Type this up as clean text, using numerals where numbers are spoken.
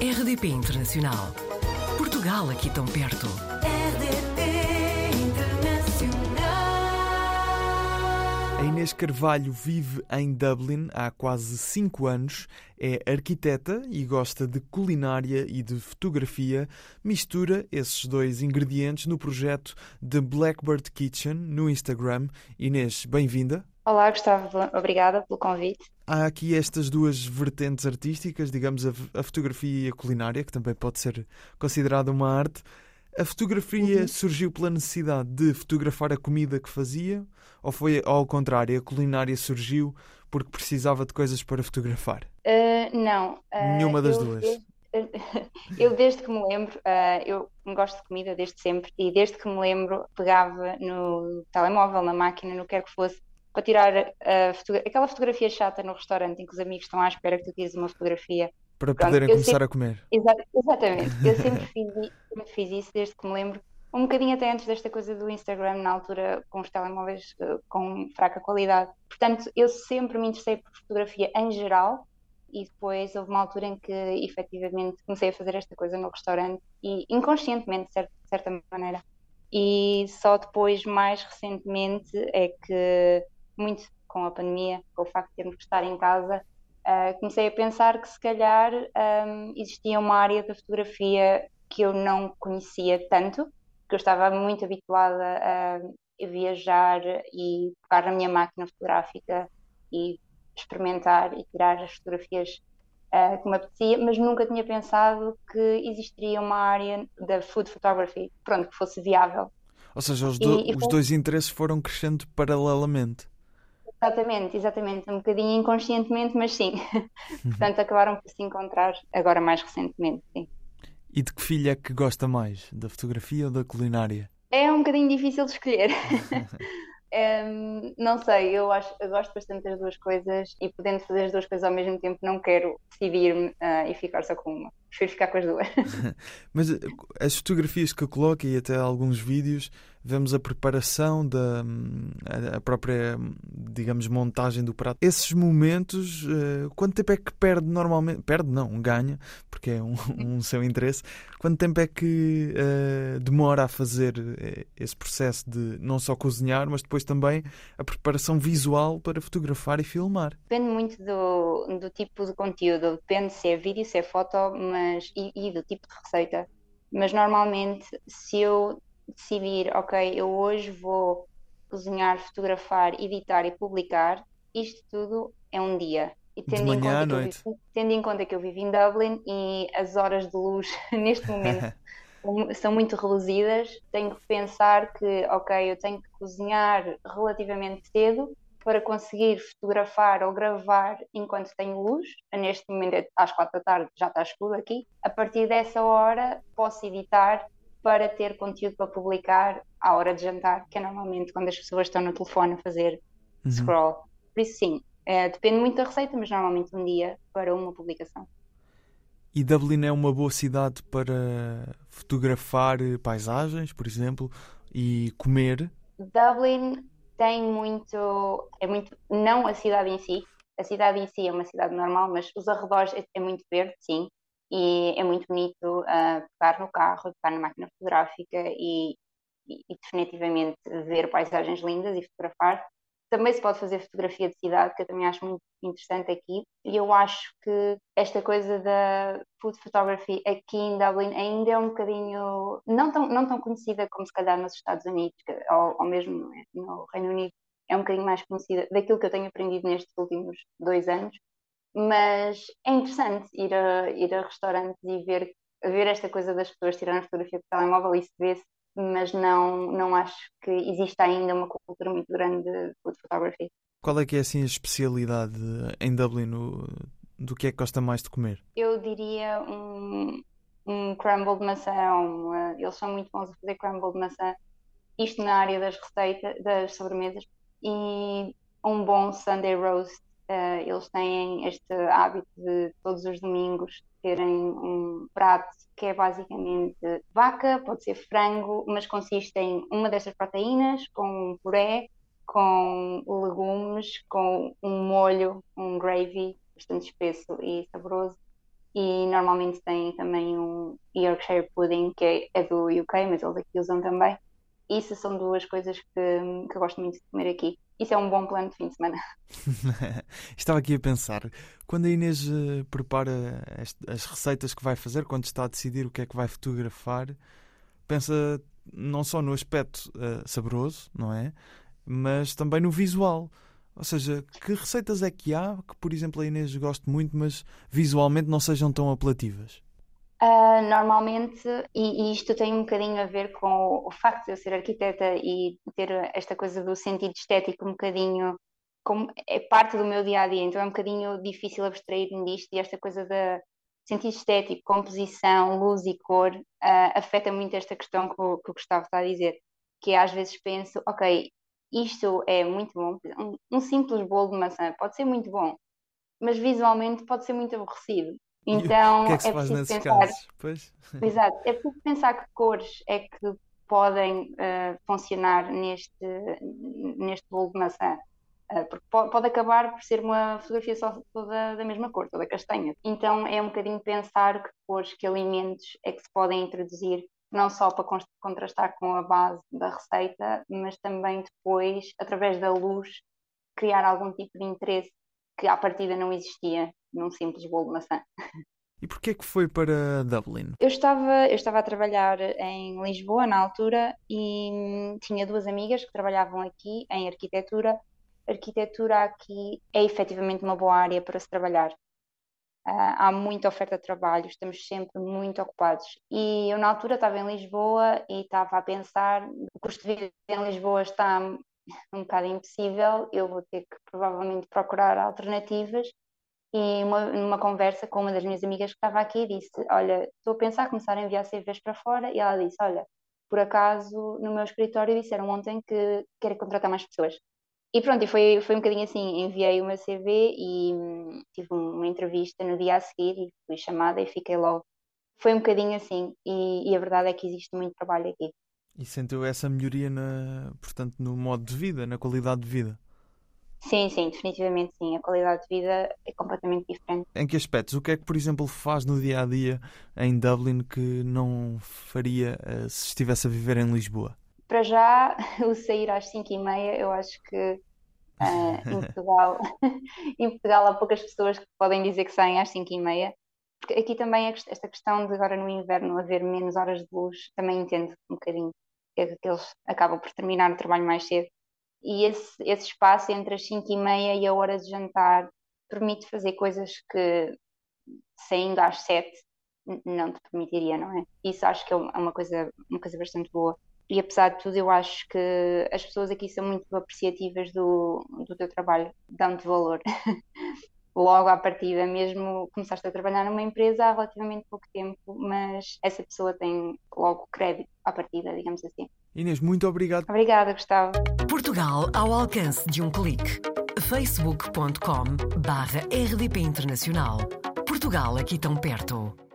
RDP Internacional. Portugal aqui tão perto. RDP Internacional. A Inês Carvalho vive em Dublin há quase 5 anos, é arquiteta e gosta de culinária e de fotografia. Mistura esses dois ingredientes no projeto The Blackbird Kitchen no Instagram. Inês, bem-vinda. Olá, Gustavo. Obrigada pelo convite. Há aqui estas duas vertentes artísticas, digamos a fotografia e a culinária, que também pode ser considerada uma arte. A fotografia surgiu pela necessidade de fotografar a comida que fazia, ou foi ao contrário, a culinária surgiu porque precisava de coisas para fotografar? Não. Nenhuma das duas. Eu desde que me lembro, eu gosto de comida desde sempre, e desde que me lembro pegava no telemóvel, na máquina, no que quer que fosse, para tirar aquela fotografia chata no restaurante em que os amigos estão à espera que tu tires uma fotografia. Para Pronto, poderem começar a comer. Exatamente. Eu sempre fiz isso desde que me lembro. Um bocadinho até antes desta coisa do Instagram, na altura, com os telemóveis com fraca qualidade. Portanto, eu sempre me interessei por fotografia em geral, e depois houve uma altura em que, efetivamente, comecei a fazer esta coisa no restaurante, e inconscientemente, de certa maneira. E só depois, mais recentemente, é que, muito com a pandemia, com o facto de termos que estar em casa, comecei a pensar que se calhar existia uma área da fotografia que eu não conhecia tanto, porque eu estava muito habituada a viajar e pegar na minha máquina fotográfica e experimentar e tirar as fotografias que me apetecia, mas nunca tinha pensado que existiria uma área da food photography, pronto, que fosse viável. Ou seja, os dois interesses foram crescendo paralelamente. Exatamente, um bocadinho inconscientemente, mas sim. Portanto, acabaram por se encontrar agora mais recentemente, sim. E de que filho é que gosta mais? Da fotografia ou da culinária? É um bocadinho difícil de escolher. Não sei, eu gosto bastante das duas coisas, e podendo fazer as duas coisas ao mesmo tempo, não quero decidir-me e ficar só com uma. Prefiro ficar com as duas. Mas as fotografias que eu coloco e até alguns vídeos, vemos a preparação a própria, digamos, montagem do prato. Esses momentos, quanto tempo é que perde normalmente? Perde não, ganha, porque é um seu interesse. Quanto tempo é que demora a fazer esse processo de não só cozinhar, mas depois também a preparação visual para fotografar e filmar? Depende muito do tipo de conteúdo, depende se é vídeo, se é foto, e do tipo de receita. Mas normalmente, se eu decidir, ok, eu hoje vou cozinhar, fotografar, editar e publicar, isto tudo é um dia. E De manhã à noite. Tendo em conta que eu vivo em Dublin e as horas de luz neste momento são muito reduzidas, tenho que pensar que, ok, eu tenho que cozinhar relativamente cedo para conseguir fotografar ou gravar enquanto tenho luz. Neste momento, às 4 da tarde, já está escuro aqui. A partir dessa hora, posso editar para ter conteúdo para publicar à hora de jantar, que é normalmente quando as pessoas estão no telefone a fazer scroll. Por isso, sim, depende muito da receita, mas normalmente um dia para uma publicação. E Dublin é uma boa cidade para fotografar paisagens, por exemplo, e comer? Dublin tem não a cidade em si. A cidade em si é uma cidade normal, mas os arredores é muito verde, sim, e é muito bonito pegar no carro, pegar na máquina fotográfica e definitivamente ver paisagens lindas e fotografar. Também se pode fazer fotografia de cidade, que eu também acho muito interessante aqui, e eu acho que esta coisa da food photography aqui em Dublin ainda é um bocadinho não tão conhecida como se calhar nos Estados Unidos, ou mesmo no Reino Unido. É um bocadinho mais conhecida daquilo que eu tenho aprendido nestes últimos 2 anos, mas é interessante ir a restaurantes e ver esta coisa das pessoas tirarem fotografia com o telemóvel, e se vê-se, mas não acho que exista ainda uma cultura muito grande de food photography. Qual é que é assim a especialidade em Dublin do que é que gosta mais de comer? Eu diria um crumble de maçã. Eles são muito bons a fazer crumble de maçã, isto na área das receitas, das sobremesas, e um bom Sunday roast. Eles têm este hábito de todos os domingos terem um prato que é basicamente vaca, pode ser frango, mas consiste em uma destas proteínas com um puré, com legumes, com um molho, um gravy bastante espesso e saboroso, e normalmente tem também um Yorkshire Pudding, que é do UK, mas eles aqui usam também. Isso são duas coisas que eu gosto muito de comer aqui. Isso é um bom plano de fim de semana. Estava aqui a pensar, quando a Inês prepara as receitas que vai fazer, quando está a decidir o que é que vai fotografar, pensa não só no aspecto saboroso, não é? Mas também no visual. Ou seja, que receitas é que há que, por exemplo, a Inês goste muito, mas visualmente não sejam tão apelativas? Normalmente, e isto tem um bocadinho a ver com o facto de eu ser arquiteta e ter esta coisa do sentido estético um bocadinho, como é parte do meu dia a dia, então é um bocadinho difícil abstrair-me disto e esta coisa de sentido estético, composição, luz e cor, afeta muito esta questão que o Gustavo está a dizer, que às vezes penso, ok, isto é muito bom, um simples bolo de maçã pode ser muito bom, mas visualmente pode ser muito aborrecido. E o que Então é que se é faz preciso nesses pensar, casos? Pois. exato, é preciso pensar que cores é que podem funcionar neste bolo de maçã. Porque pode acabar por ser uma fotografia só toda da mesma cor, toda castanha. Então é um bocadinho pensar que cores, que alimentos é que se podem introduzir, não só para contrastar com a base da receita, mas também depois, através da luz, criar algum tipo de interesse que à partida não existia num simples bolo de maçã. E porquê é que foi para Dublin? Eu estava a trabalhar em Lisboa na altura e tinha duas amigas que trabalhavam aqui em arquitetura. A arquitetura aqui é efetivamente uma boa área para se trabalhar. Há muita oferta de trabalho, estamos sempre muito ocupados. E eu na altura estava em Lisboa e estava a pensar, o custo de vida em Lisboa está um bocado impossível, eu vou ter que provavelmente procurar alternativas. E numa conversa com uma das minhas amigas que estava aqui, disse: Olha, estou a pensar em começar a enviar CVs para fora. E ela disse: Olha, por acaso no meu escritório disseram ontem que querem contratar mais pessoas. E pronto, e foi um bocadinho assim: enviei o meu CV e tive uma entrevista no dia a seguir e fui chamada e fiquei logo. Foi um bocadinho assim, e a verdade é que existe muito trabalho aqui. E sentiu essa melhoria, portanto, no modo de vida, na qualidade de vida? Sim, sim, definitivamente sim. A qualidade de vida é completamente diferente. Em que aspectos? O que é que, por exemplo, faz no dia-a-dia em Dublin que não faria se estivesse a viver em Lisboa? Para já, o sair às 5h30, eu acho que em Portugal, em Portugal há poucas pessoas que podem dizer que saem às 5h30, porque aqui também esta questão de agora no inverno haver menos horas de luz, também entendo um bocadinho que eles acabam por terminar o trabalho mais cedo. E esse espaço entre as 5h30 e a hora de jantar permite fazer coisas que saindo às 7 não te permitiria, não é? Isso acho que é uma coisa bastante boa. E apesar de tudo, eu acho que as pessoas aqui são muito apreciativas do teu trabalho, dão-te valor. Logo à partida, mesmo começaste a trabalhar numa empresa há relativamente pouco tempo, mas essa pessoa tem logo crédito à partida, digamos assim. Inês, muito obrigado. Obrigada, Gustavo. Portugal ao alcance de um clique. facebook.com/rdp Internacional. Portugal aqui tão perto.